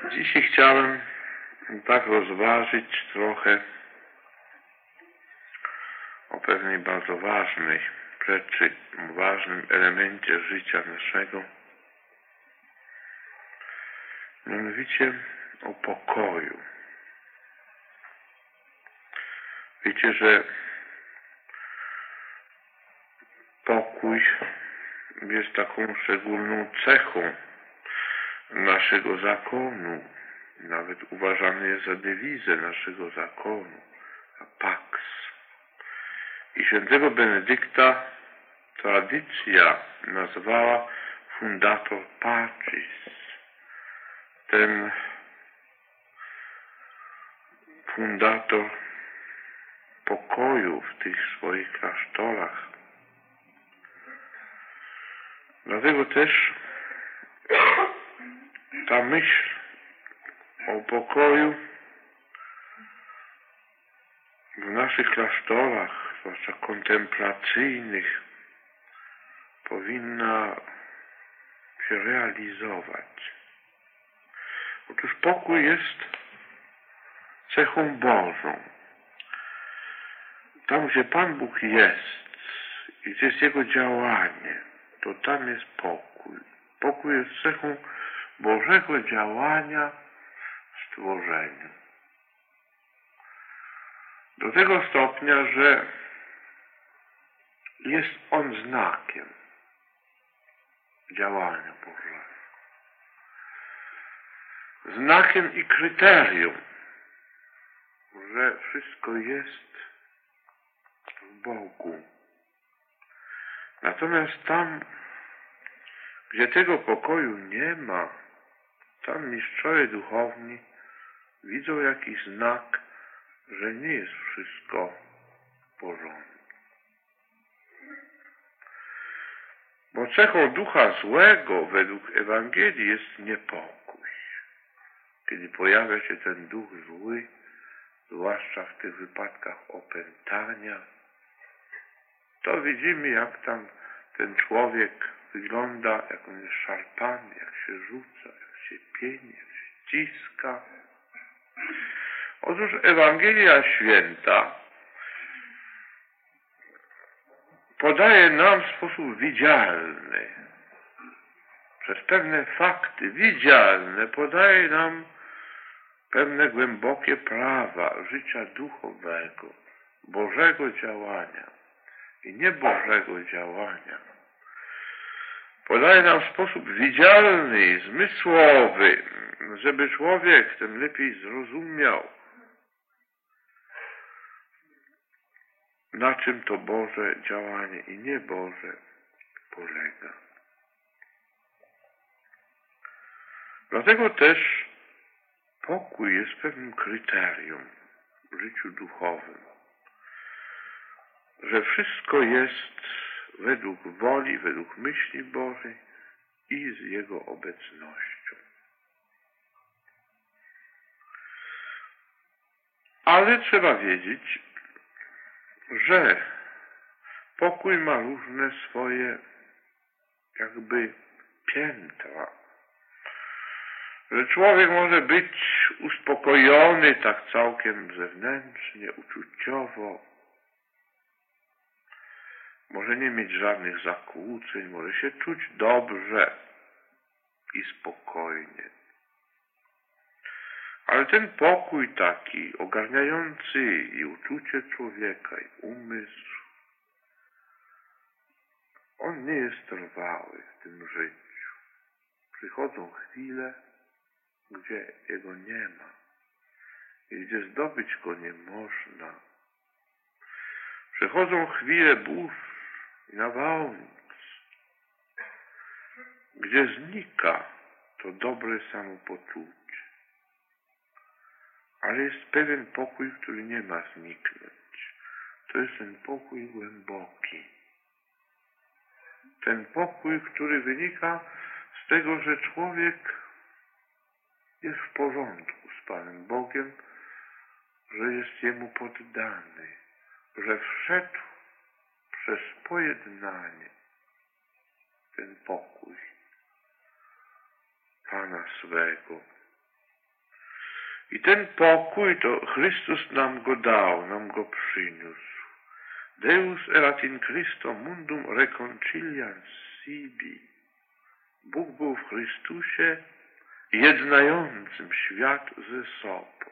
Dzisiaj chciałem tak rozważyć trochę o pewnej bardzo ważnej rzeczy, ważnym elemencie życia naszego, mianowicie o pokoju. Wiecie, że pokój jest taką szczególną cechą naszego zakonu. Nawet uważany jest za dewizę naszego zakonu, pax. I świętego Benedykta tradycja nazwała fundator pacis. Ten fundator pokoju w tych swoich klasztorach. Dlatego też ta myśl o pokoju w naszych klasztorach, zwłaszcza kontemplacyjnych, powinna się realizować. Otóż pokój jest cechą Bożą. Tam, gdzie Pan Bóg jest i gdzie jest Jego działanie, to tam jest pokój. Pokój jest cechą Bożego działania w stworzeniu. Do tego stopnia, że jest on znakiem działania Bożego. Znakiem i kryterium, że wszystko jest w Bogu. Natomiast tam, gdzie tego pokoju nie ma, tam mistrzowie duchowni widzą jakiś znak, że nie jest wszystko w porządku. Bo cechą ducha złego według Ewangelii jest niepokój. Kiedy pojawia się ten duch zły, zwłaszcza w tych wypadkach opętania, to widzimy, jak tam ten człowiek wygląda, jak on jest szarpany, jak się rzuca, jak się pieni, jak się ściska. Otóż Ewangelia Święta podaje nam w sposób widzialny, przez pewne fakty widzialne, podaje nam pewne głębokie prawa życia duchowego, Bożego działania i niebożego działania. Podaje nam w sposób widzialny i zmysłowy, żeby człowiek ten lepiej zrozumiał, na czym to Boże działanie i nieboże polega. Dlatego też pokój jest pewnym kryterium w życiu duchowym, że wszystko jest według woli, według myśli Bożej i z Jego obecnością. Ale trzeba wiedzieć, że pokój ma różne swoje jakby piętra. Że człowiek może być uspokojony tak całkiem zewnętrznie, uczuciowo, może nie mieć żadnych zakłóceń, może się czuć dobrze i spokojnie. Ale ten pokój taki ogarniający i uczucie człowieka, i umysł, on nie jest trwały w tym życiu. Przychodzą chwile, gdzie jego nie ma i gdzie zdobyć go nie można. Przychodzą chwile burz i nawałnic, gdzie znika to dobre samopoczucie. Ale jest pewien pokój, który nie ma zniknąć. To jest ten pokój głęboki. Ten pokój, który wynika z tego, że człowiek jest w porządku z Panem Bogiem, że jest Jemu poddany, że wszedł przez pojednanie ten pokój Pana swego I ten pokój to Chrystus nam go dał, nam go przyniósł. Deus erat in Christo mundum reconcilians sibi. Bóg był w Chrystusie jednającym świat ze sobą.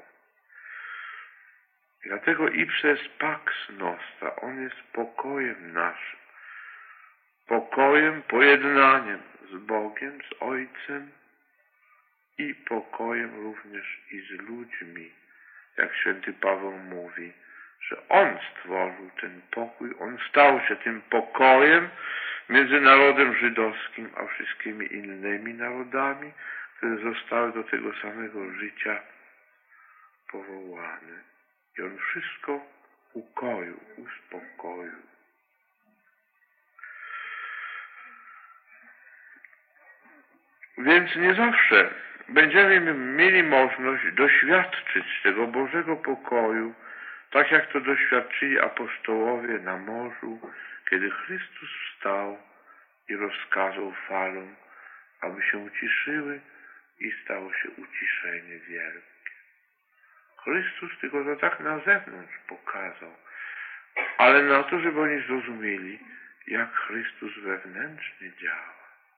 Dlatego ipses pax nostra, On jest pokojem naszym. Pokojem, pojednaniem z Bogiem, z Ojcem i pokojem również i z ludźmi. Jak święty Paweł mówi, że On stworzył ten pokój, On stał się tym pokojem między narodem żydowskim a wszystkimi innymi narodami, które zostały do tego samego życia powołane. I On wszystko ukoił, uspokoił. Więc nie zawsze będziemy mieli możliwość doświadczyć tego Bożego pokoju, tak jak to doświadczyli apostołowie na morzu, kiedy Chrystus wstał i rozkazał falom, aby się uciszyły i stało się uciszenie wielkie. Chrystus tylko to tak na zewnątrz pokazał, ale na to, żeby oni zrozumieli, jak Chrystus wewnętrznie działa.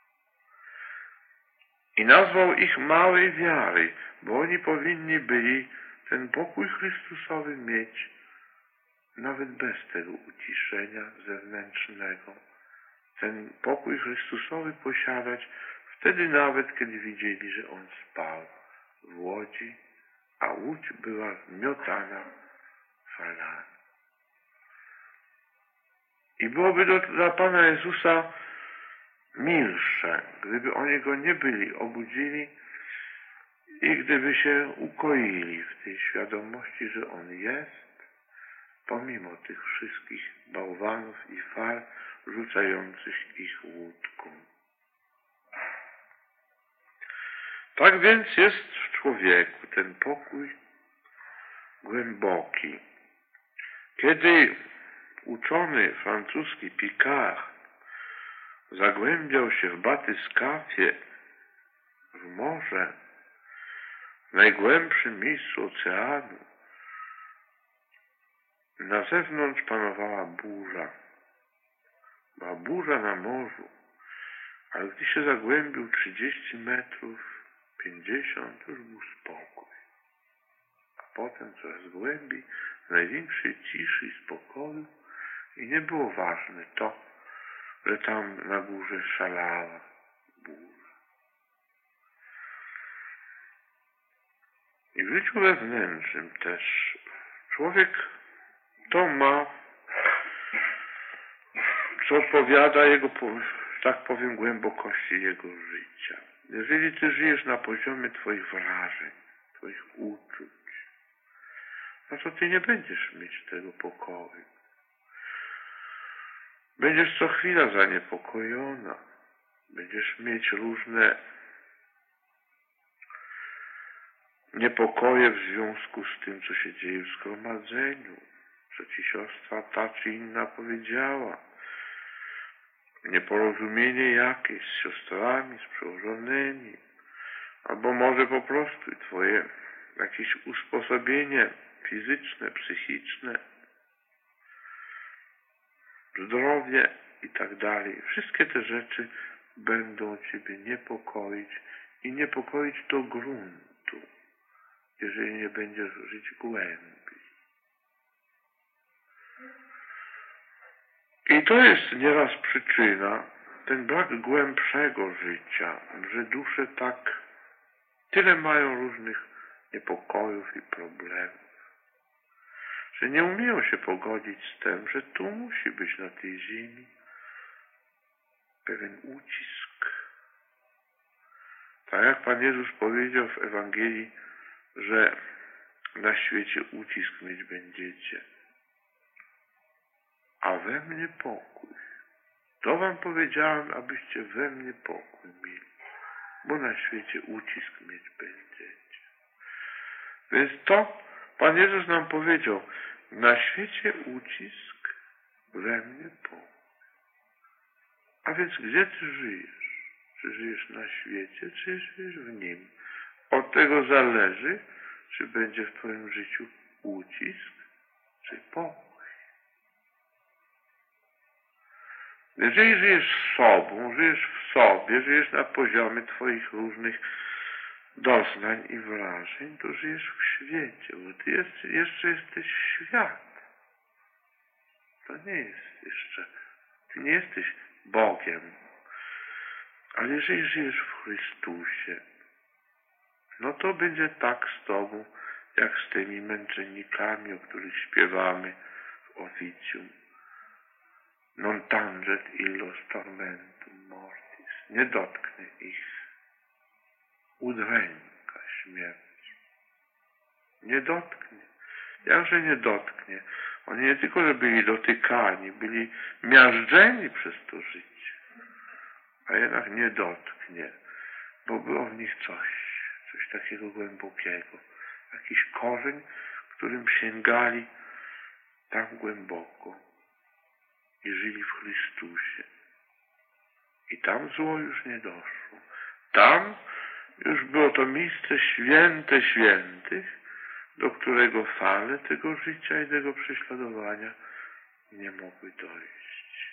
I nazwał ich małej wiary, bo oni powinni byli ten pokój Chrystusowy mieć nawet bez tego uciszenia zewnętrznego. Ten pokój Chrystusowy posiadać wtedy nawet, kiedy widzieli, że On spał w łodzi, a łódź była zmiotana falami. I byłoby dla Pana Jezusa milsze, gdyby oni Go nie byli obudzili i gdyby się ukoili w tej świadomości, że On jest, pomimo tych wszystkich bałwanów i fal rzucających ich łódką. Tak więc jest w człowieku ten pokój głęboki. Kiedy uczony francuski Picard zagłębiał się w batyskafie, w morze, w najgłębszym miejscu oceanu, na zewnątrz panowała burza. Była burza na morzu, ale gdy się zagłębił 30 metrów, 50, już był spokój. A potem coraz głębiej, w największej ciszy i spokoju i nie było ważne to, że tam na górze szalała burza. I w życiu wewnętrznym też człowiek to ma, co odpowiada jego, tak powiem, głębokości jego życia. Jeżeli ty żyjesz na poziomie twoich wrażeń, twoich uczuć, no to ty nie będziesz mieć tego pokoju. Będziesz co chwila zaniepokojona. Będziesz mieć różne niepokoje w związku z tym, co się dzieje w zgromadzeniu, co ci siostra ta czy inna powiedziała. Nieporozumienie jakieś z siostrami, z przełożonymi, albo może po prostu twoje jakieś usposobienie fizyczne, psychiczne, zdrowie i tak dalej. Wszystkie te rzeczy będą ciebie niepokoić i niepokoić do gruntu, jeżeli nie będziesz żyć głębiej. I to jest nieraz przyczyna, ten brak głębszego życia, że dusze tak tyle mają różnych niepokojów i problemów, że nie umieją się pogodzić z tym, że tu musi być na tej ziemi pewien ucisk. Tak jak Pan Jezus powiedział w Ewangelii, że na świecie ucisk mieć będziecie, a we mnie pokój. To wam powiedziałem, abyście we mnie pokój mieli, bo na świecie ucisk mieć będziecie. Więc to Pan Jezus nam powiedział, na świecie ucisk, we mnie pokój. A więc gdzie ty żyjesz? Czy żyjesz na świecie, czy żyjesz w nim? Od tego zależy, czy będzie w twoim życiu ucisk, czy pokój. Jeżeli żyjesz z sobą, żyjesz w sobie, żyjesz na poziomie twoich różnych doznań i wrażeń, to żyjesz w świecie, bo ty jeszcze jesteś świat. To nie jest jeszcze, ty nie jesteś Bogiem. Ale jeżeli żyjesz w Chrystusie, no to będzie tak z tobą, jak z tymi męczennikami, o których śpiewamy w oficjum. Non tanget illos tormentum mortis. Nie dotknie ich udręka śmierć. Nie dotknie. Jakże nie dotknie? Oni nie tylko, że byli dotykani, byli miażdżeni przez to życie, a jednak nie dotknie, bo było w nich coś takiego głębokiego, jakiś korzeń, którym sięgali tam głęboko i żyli w Chrystusie. I tam zło już nie doszło. Tam już było to miejsce święte świętych, do którego fale tego życia i tego prześladowania nie mogły dojść.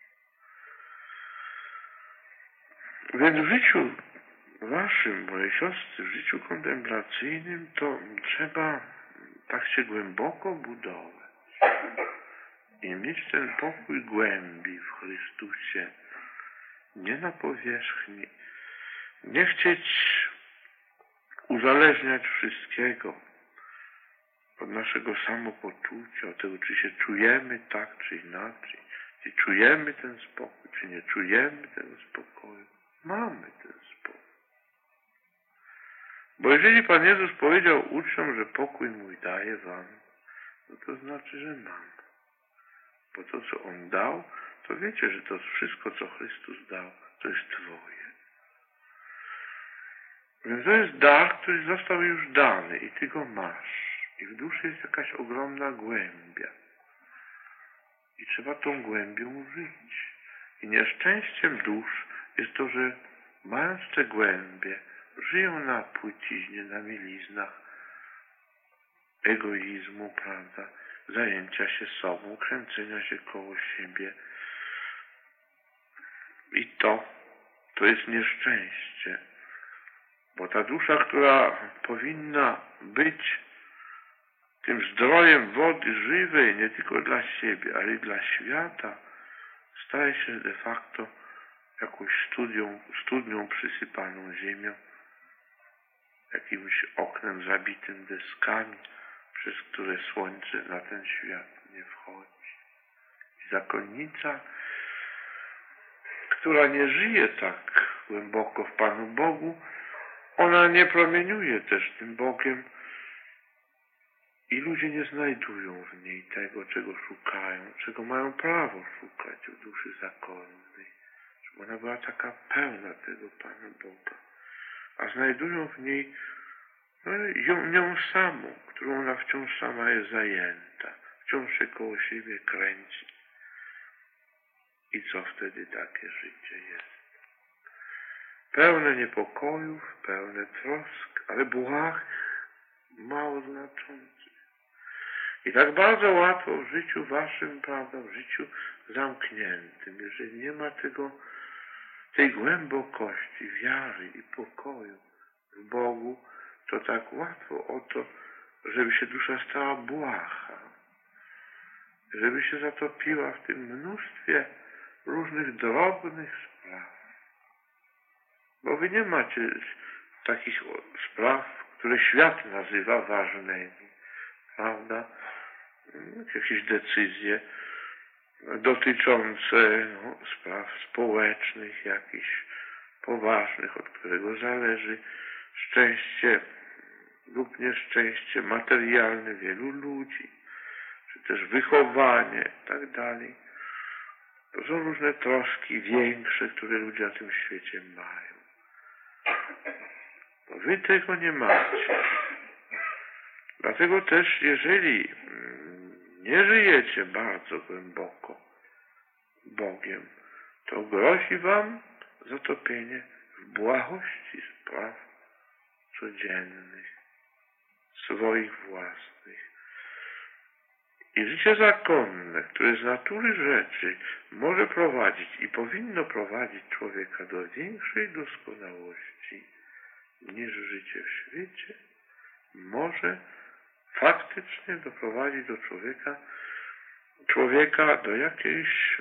Więc w życiu waszym, moje siostry, w życiu kontemplacyjnym to trzeba tak się głęboko budować i mieć ten pokój głębi w Chrystusie, nie na powierzchni, nie chcieć uzależniać wszystkiego od naszego samopoczucia, od tego, czy się czujemy tak, czy inaczej, czy czujemy ten spokój, czy nie czujemy tego spokoju. Mamy ten spokój. Bo jeżeli Pan Jezus powiedział uczniom, że pokój mój daję wam, no to znaczy, że mam. Bo to, co On dał, to wiecie, że to wszystko, co Chrystus dał, to jest Twoje. Więc to jest dar, który został już dany i Ty go masz. I w duszy jest jakaś ogromna głębia. I trzeba tą głębią żyć. I nieszczęściem dusz jest to, że mając te głębie, żyją na płyciźnie, na mieliznach egoizmu, prawda, zajęcia się sobą, kręcenia się koło siebie. I to jest nieszczęście. Bo ta dusza, która powinna być tym zdrojem wody żywej, nie tylko dla siebie, ale i dla świata, staje się de facto jakąś studnią przysypaną ziemią, jakimś oknem zabitym deskami, przez które słońce na ten świat nie wchodzi. I zakonnica, która nie żyje tak głęboko w Panu Bogu, ona nie promieniuje też tym Bogiem i ludzie nie znajdują w niej tego, czego szukają, czego mają prawo szukać w duszy zakonnej. Żeby ona była taka pełna tego Pana Boga. A znajdują w niej nią samą, którą ona wciąż sama jest zajęta. Wciąż się koło siebie kręci. I co wtedy takie życie jest? Pełne niepokojów, pełne trosk, ale błahych, mało znaczących. I tak bardzo łatwo w życiu waszym, prawda, w życiu zamkniętym, jeżeli nie ma tej głębokości, wiary i pokoju w Bogu, to tak łatwo o to, żeby się dusza stała błaha, żeby się zatopiła w tym mnóstwie różnych drobnych spraw. Bo wy nie macie takich spraw, które świat nazywa ważnymi, prawda? Jakieś decyzje dotyczące spraw społecznych, jakichś poważnych, od którego zależy szczęście lub nieszczęście materialne wielu ludzi, czy też wychowanie i tak dalej. To są różne troski większe, które ludzie na tym świecie mają. No wy tego nie macie. Dlatego też, jeżeli nie żyjecie bardzo głęboko Bogiem, to grozi wam zatopienie w błahości spraw codziennych, swoich własnych. I życie zakonne, które z natury rzeczy może prowadzić i powinno prowadzić człowieka do większej doskonałości niż życie w świecie, może faktycznie doprowadzić do człowieka do jakiegoś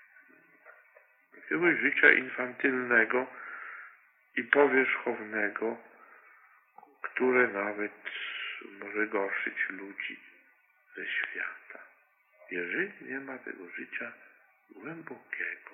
życia infantylnego i powierzchownego, które nawet może gorszyć ludzi ze świata, jeżeli nie ma tego życia głębokiego.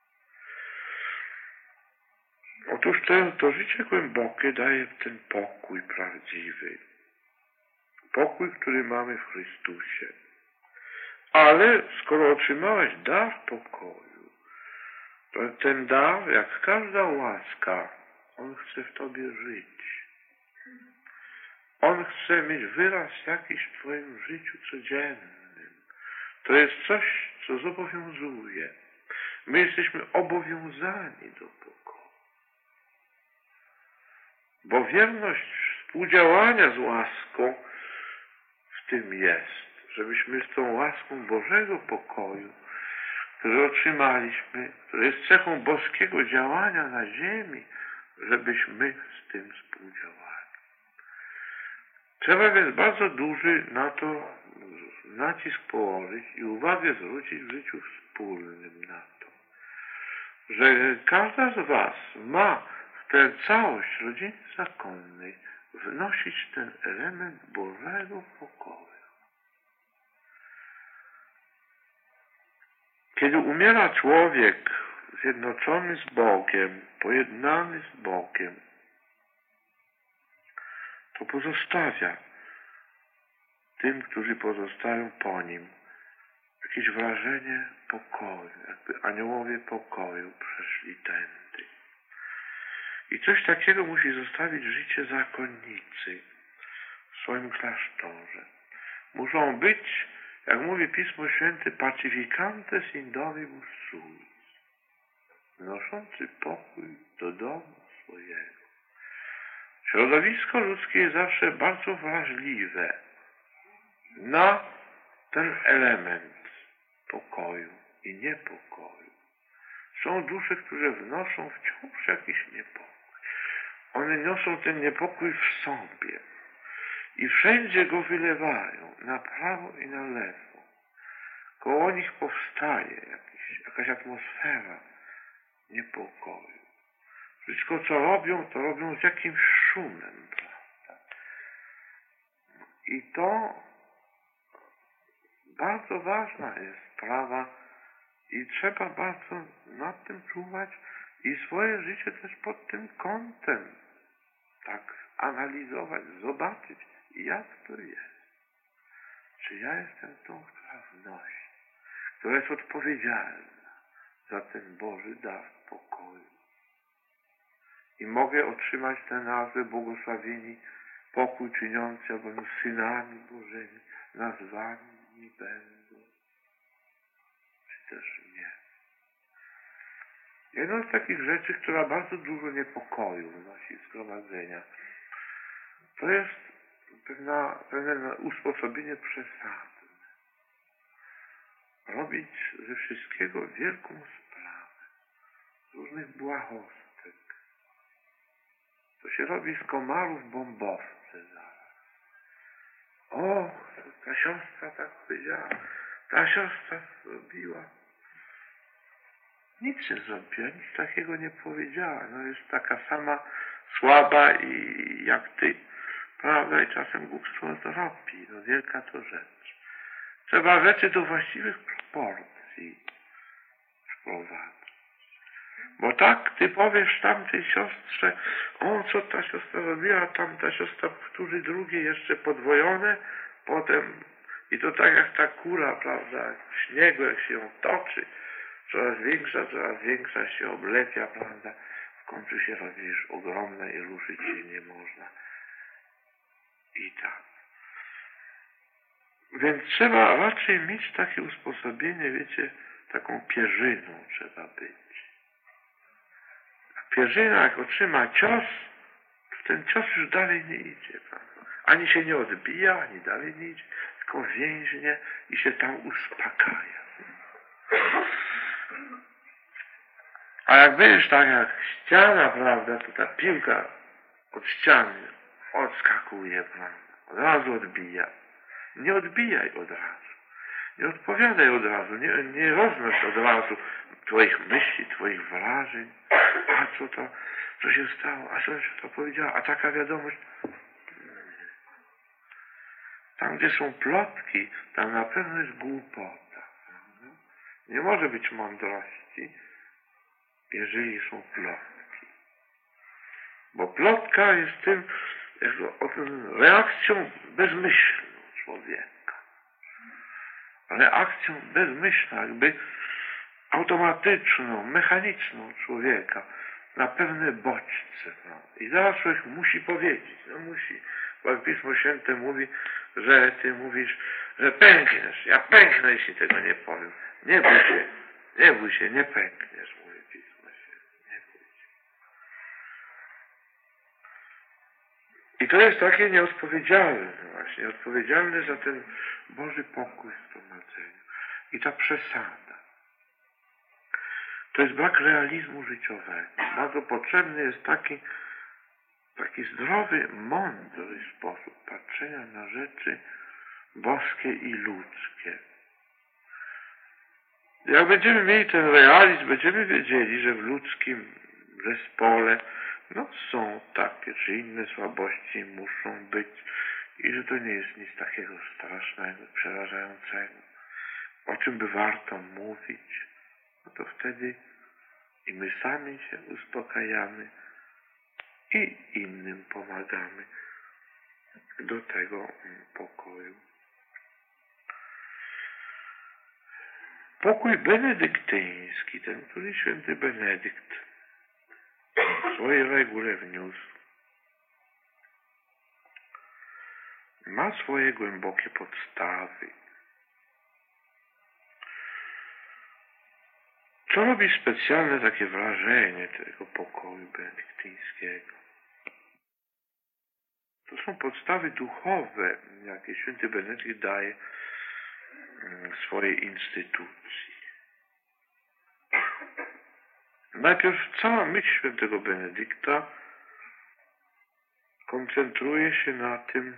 Otóż to życie głębokie daje ten pokój prawdziwy. Pokój, który mamy w Chrystusie. Ale skoro otrzymałeś dar pokoju, to ten dar, jak każda łaska, on chce w tobie żyć. On chce mieć wyraz jakiś w twoim życiu codziennym. To jest coś, co zobowiązuje. My jesteśmy obowiązani do pokoju. Bo wierność współdziałania z łaską w tym jest, żebyśmy z tą łaską Bożego pokoju, który otrzymaliśmy, który jest cechą boskiego działania na ziemi, żebyśmy z tym współdziałali. Trzeba więc bardzo duży na to nacisk położyć i uwagę zwrócić w życiu wspólnym na to, że każda z was ma w tę całość rodziny zakonnej wnosić ten element Bożego pokoju. Kiedy umiera człowiek zjednoczony z Bogiem, pojednany z Bogiem, to pozostawia tym, którzy pozostają po nim, jakieś wrażenie pokoju, jakby aniołowie pokoju przeszli tędy. I coś takiego musi zostawić życie zakonnicy w swoim klasztorze. Muszą być, jak mówi Pismo Święte, pacificantes in domibus suis, wnoszący pokój do domu swojego. Środowisko ludzkie jest zawsze bardzo wrażliwe na ten element pokoju i niepokoju. Są dusze, które wnoszą wciąż jakiś niepokój. One niosą ten niepokój w sobie i wszędzie go wylewają, na prawo i na lewo. Koło nich powstaje jakaś atmosfera niepokoju. Wszystko, co robią, to robią z jakimś szumem, prawda? I to bardzo ważna jest sprawa i trzeba bardzo nad tym czuwać i swoje życie też pod tym kątem tak analizować, zobaczyć, jak to jest. Czy ja jestem tą, która wnosi, która jest odpowiedzialna za ten Boży dar pokoju. I mogę otrzymać tę nazwę błogosławieni, pokój czyniący, albowiem synami Bożymi nazwani będą, czy też nie. Jedną z takich rzeczy, która bardzo dużo niepokoju wnosi z zgromadzenia, to jest pewne usposobienie przesadne. Robić ze wszystkiego wielką sprawę, z różnych błahostek. To się robi z komarów bombowce zaraz. O, ta siostra tak powiedziała, ta siostra zrobiła. Nic nie zrobiła, nic takiego nie powiedziała. No jest taka sama słaba i jak ty, prawda? I czasem głupstwo zrobi. No wielka to rzecz. Trzeba rzeczy do właściwych proporcji wprowadzić. Bo tak ty powiesz tamtej siostrze, o co ta siostra robiła, tamta siostra powtórzy drugie jeszcze podwojone, potem i to tak jak ta kula, prawda, w śniegu, jak się ją toczy, coraz większa się oblepia, prawda, w końcu się robi już ogromna i ruszyć się nie można. I tak. Więc trzeba raczej mieć takie usposobienie, wiecie, taką pierzyną trzeba być. Pierzyna, jak otrzyma cios, to ten cios już dalej nie idzie, prawda? Ani się nie odbija, ani dalej nie idzie, tylko więźnie i się tam uspokaja. A jak będziesz tak jak ściana, prawda, to ta piłka od ściany odskakuje, prawda, od razu odbija. Nie odbijaj od razu. Nie odpowiadaj od razu, nie roznoś od razu twoich myśli, twoich wrażeń. A co się stało? A co to powiedziała? A taka wiadomość. Tam, gdzie są plotki, tam na pewno jest głupota. Prawda? Nie może być mądrości, jeżeli są plotki. Bo plotka jest tym reakcją bezmyślną człowieka. Reakcją bezmyślną, jakby automatyczną, mechaniczną człowieka na pewne bodźce. No. I zaraz człowiek musi powiedzieć, no musi. Bo jak Pismo Święte mówi, że ty mówisz, że pękniesz. Ja pęknę, jeśli tego nie powiem. Nie bój się, nie pękniesz, mówi Pismo Święte. Nie bój się. I to jest takie nieodpowiedzialne właśnie, odpowiedzialne za ten Boży pokój w zgromadzeniu. I ta przesada. To jest brak realizmu życiowego. Bardzo potrzebny jest taki zdrowy, mądry sposób patrzenia na rzeczy boskie i ludzkie. Jak będziemy mieli ten realizm, będziemy wiedzieli, że w ludzkim zespole są takie czy inne słabości, muszą być i że to nie jest nic takiego strasznego, przerażającego, o czym by warto mówić. No to wtedy i my sami się uspokajamy i innym pomagamy do tego pokoju. Pokój benedyktyński, ten, który święty Benedykt w swojej regule wniósł, ma swoje głębokie podstawy. Co robi specjalne takie wrażenie tego pokoju benedyktyńskiego? To są podstawy duchowe, jakie święty Benedykt daje swojej instytucji. Najpierw cała myśl świętego Benedykta koncentruje się na tym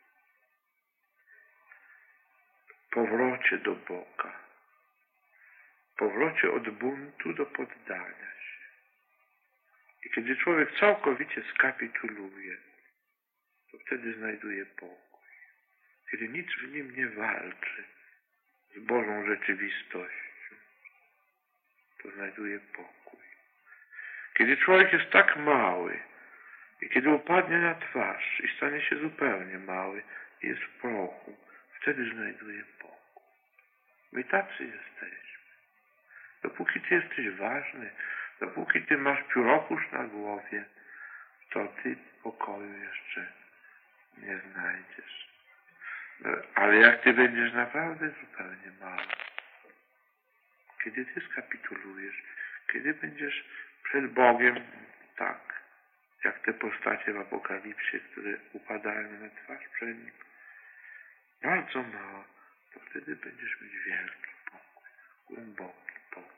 powrocie do Boga. Powrocie od buntu do poddania się. I kiedy człowiek całkowicie skapituluje, to wtedy znajduje pokój. Kiedy nic w nim nie walczy z Bożą rzeczywistością, to znajduje pokój. Kiedy człowiek jest tak mały i kiedy upadnie na twarz i stanie się zupełnie mały i jest w prochu, wtedy znajduje pokój. My tacy jesteśmy. Dopóki ty jesteś ważny, dopóki ty masz pióropusz na głowie, to ty pokoju jeszcze nie znajdziesz. Ale jak ty będziesz naprawdę zupełnie mały, kiedy ty skapitulujesz, kiedy będziesz przed Bogiem, tak, jak te postacie w Apokalipsie, które upadają na twarz przed Nim, bardzo mało, to wtedy będziesz mieć wielki pokój, głęboki pokój.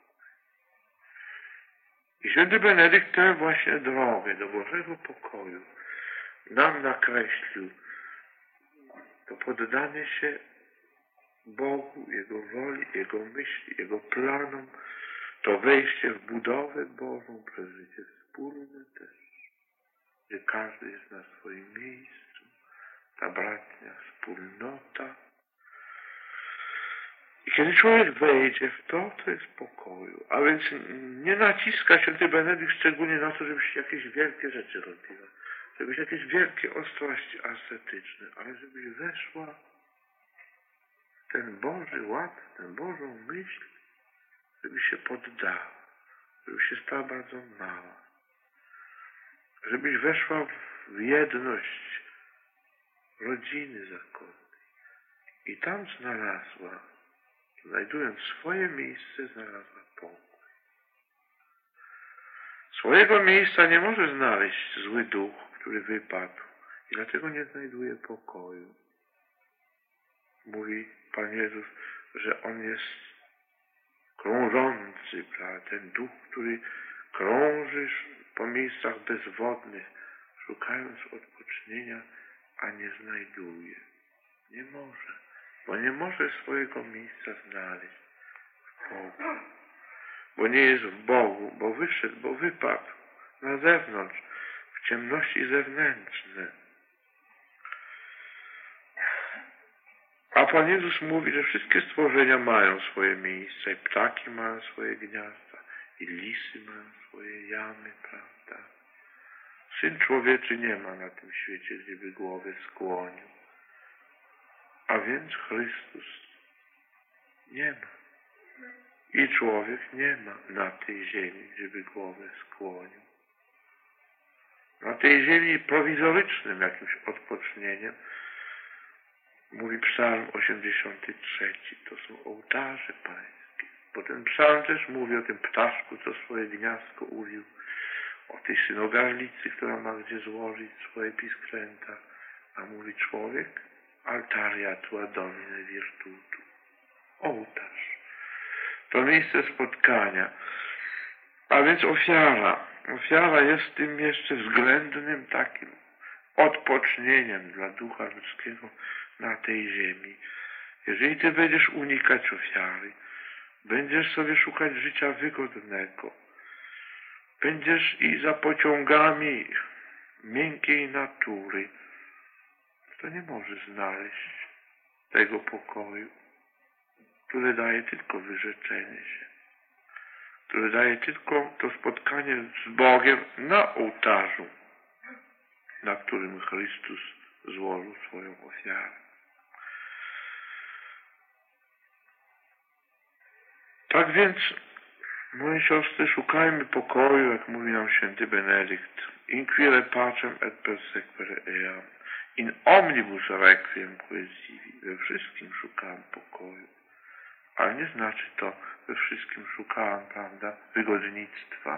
I święty Benedykt tę właśnie drogę do Bożego pokoju nam nakreślił. To poddanie się Bogu, Jego woli, Jego myśli, Jego planom, to wejście w budowę Bożą, przeżycie wspólne też, gdzie każdy jest na swoim miejscu, ta bratnia wspólnota. I kiedy człowiek wejdzie w to, to jest pokoju. A więc nie naciska święty Benedykt szczególnie na to, żebyś jakieś wielkie rzeczy robiła, żebyś jakieś wielkie ostrości ascetyczne, ale żebyś weszła w ten Boży ład, tę Bożą myśl, żebyś się poddała, żebyś się stała bardzo mała, żebyś weszła w jedność rodziny zakonnej i tam znalazła, znajdując swoje miejsce, znalazła pokój. Swojego miejsca nie może znaleźć zły duch, który wypadł I dlatego nie znajduje pokoju. Mówi Pan Jezus, że On jest krążący, prawda? Ten duch, który krąży po miejscach bezwodnych, szukając odpocznienia, a nie znajduje. Nie może, bo nie może swojego miejsca znaleźć w Bogu. Bo nie jest w Bogu, bo wyszedł, bo wypadł na zewnątrz, w ciemności zewnętrzne. A Pan Jezus mówi, że wszystkie stworzenia mają swoje miejsca i ptaki mają swoje gniazda i lisy mają swoje jamy, prawda? Syn Człowieczy nie ma na tym świecie, gdzieby głowę skłonił. A więc Chrystus nie ma. I człowiek nie ma na tej ziemi, gdzieby głowę skłonił. Na tej ziemi prowizorycznym jakimś odpocznieniem, mówi Psalm 83, to są ołtarze pańskie. Bo ten psalm też mówi o tym ptaszku, co swoje gniazdko uwił, o tej synogarlicy, która ma gdzie złożyć swoje pisklęta. A mówi człowiek, altaria tua domine virtutu. Ołtarz. To miejsce spotkania. A więc ofiara. Ofiara jest tym jeszcze względnym takim odpocznieniem dla ducha ludzkiego na tej ziemi. Jeżeli ty będziesz unikać ofiary, będziesz sobie szukać życia wygodnego, będziesz i za pociągami miękkiej natury, to nie możesz znaleźć tego pokoju, który daje tylko wyrzeczenie się, który daje tylko to spotkanie z Bogiem na ołtarzu, na którym Chrystus złożył swoją ofiarę. Tak więc, moje siostry, szukajmy pokoju, jak mówi nam święty Benedykt. Inquire pacem et persequere eam. In omnibus requiem quaesivi. We wszystkim szukałem pokoju. Ale nie znaczy to, we wszystkim szukałem, prawda, wygodnictwa.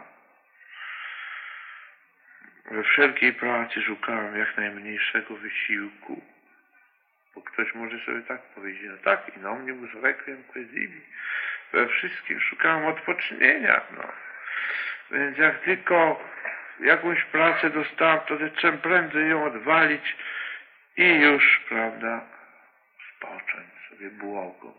We wszelkiej pracy szukałem jak najmniejszego wysiłku. Bo ktoś może sobie tak powiedzieć, no tak, in omnibus requiem quaesivi. We wszystkim szukałem odpocznienia, no. Więc jak tylko jakąś pracę dostałem, to czym prędzej ją odwalić i już, prawda, spocząć sobie błogo.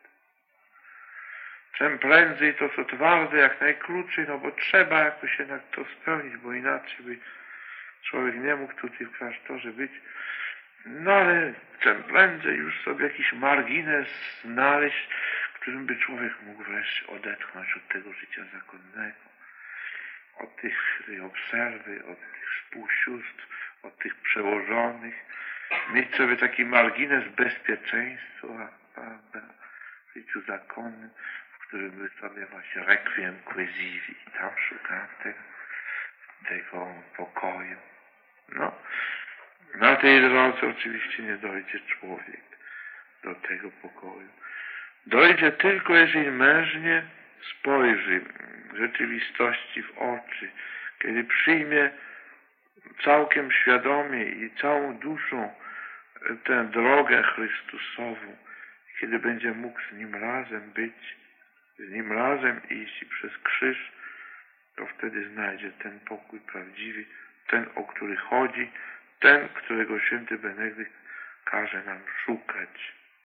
Czym prędzej to co twarde, jak najkrócej, no bo trzeba jakoś jednak to spełnić, bo inaczej by człowiek nie mógł tutaj w klasztorze być. No ale czym prędzej już sobie jakiś margines znaleźć, którym by człowiek mógł wreszcie odetchnąć od tego życia zakonnego, od tej obserwy, od tych współsióstr, od tych przełożonych, mieć sobie taki margines bezpieczeństwa, prawda, w życiu zakonnym, w którym by sobie właśnie requiem quaesivi, tam szukałem tego pokoju. No, na tej drodze oczywiście nie dojdzie człowiek do tego pokoju. Dojdzie tylko, jeżeli mężnie spojrzy rzeczywistości w oczy, kiedy przyjmie całkiem świadomie i całą duszą tę drogę Chrystusową, kiedy będzie mógł z Nim razem być, z Nim razem iść przez krzyż, to wtedy znajdzie ten pokój prawdziwy, ten, o który chodzi, ten, którego święty Benedykt każe nam szukać.